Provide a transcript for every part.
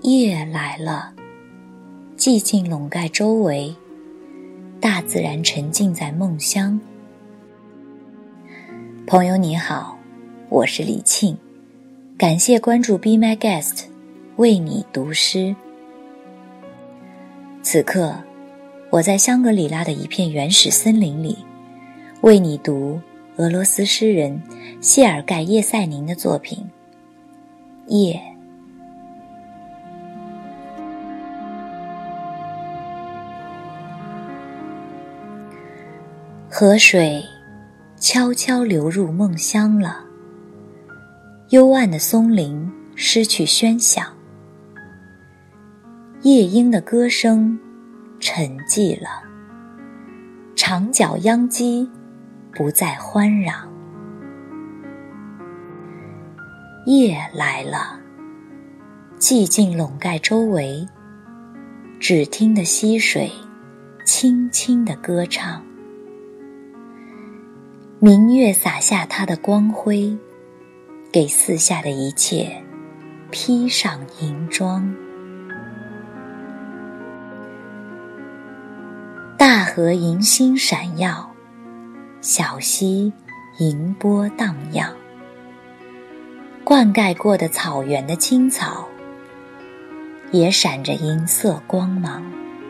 夜来了，寂静笼盖周围，大自然沉浸在梦乡。朋友你好，我是李沁，感谢关注 Be My Guest， 为你读诗。此刻，我在香格里拉的一片原始森林里，为你读俄罗斯诗人谢尔盖叶赛宁的作品《夜》。河水悄悄流入梦乡了，幽暗的松林失去喧响，夜莺的歌声沉寂了，长角秧鸡不再欢嚷。夜来了，寂静笼盖周围，只听得溪水轻轻地歌唱。明月洒下它的光辉，给四下的一切披上银装。大河银星闪耀，小溪银波荡漾，灌溉过的草原的青草也闪着银色光芒。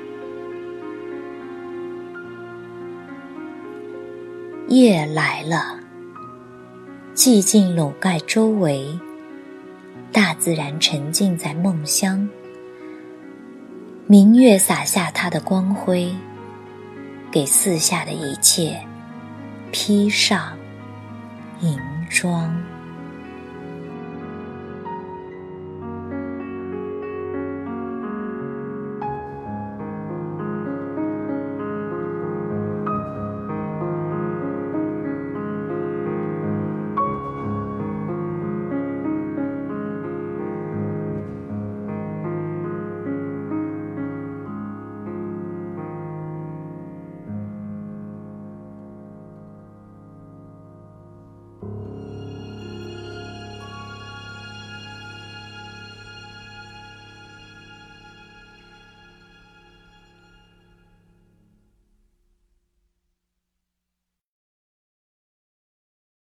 夜来了，寂静笼盖周围，大自然沉浸在梦乡。明月洒下它的光辉，给四下的一切披上银装。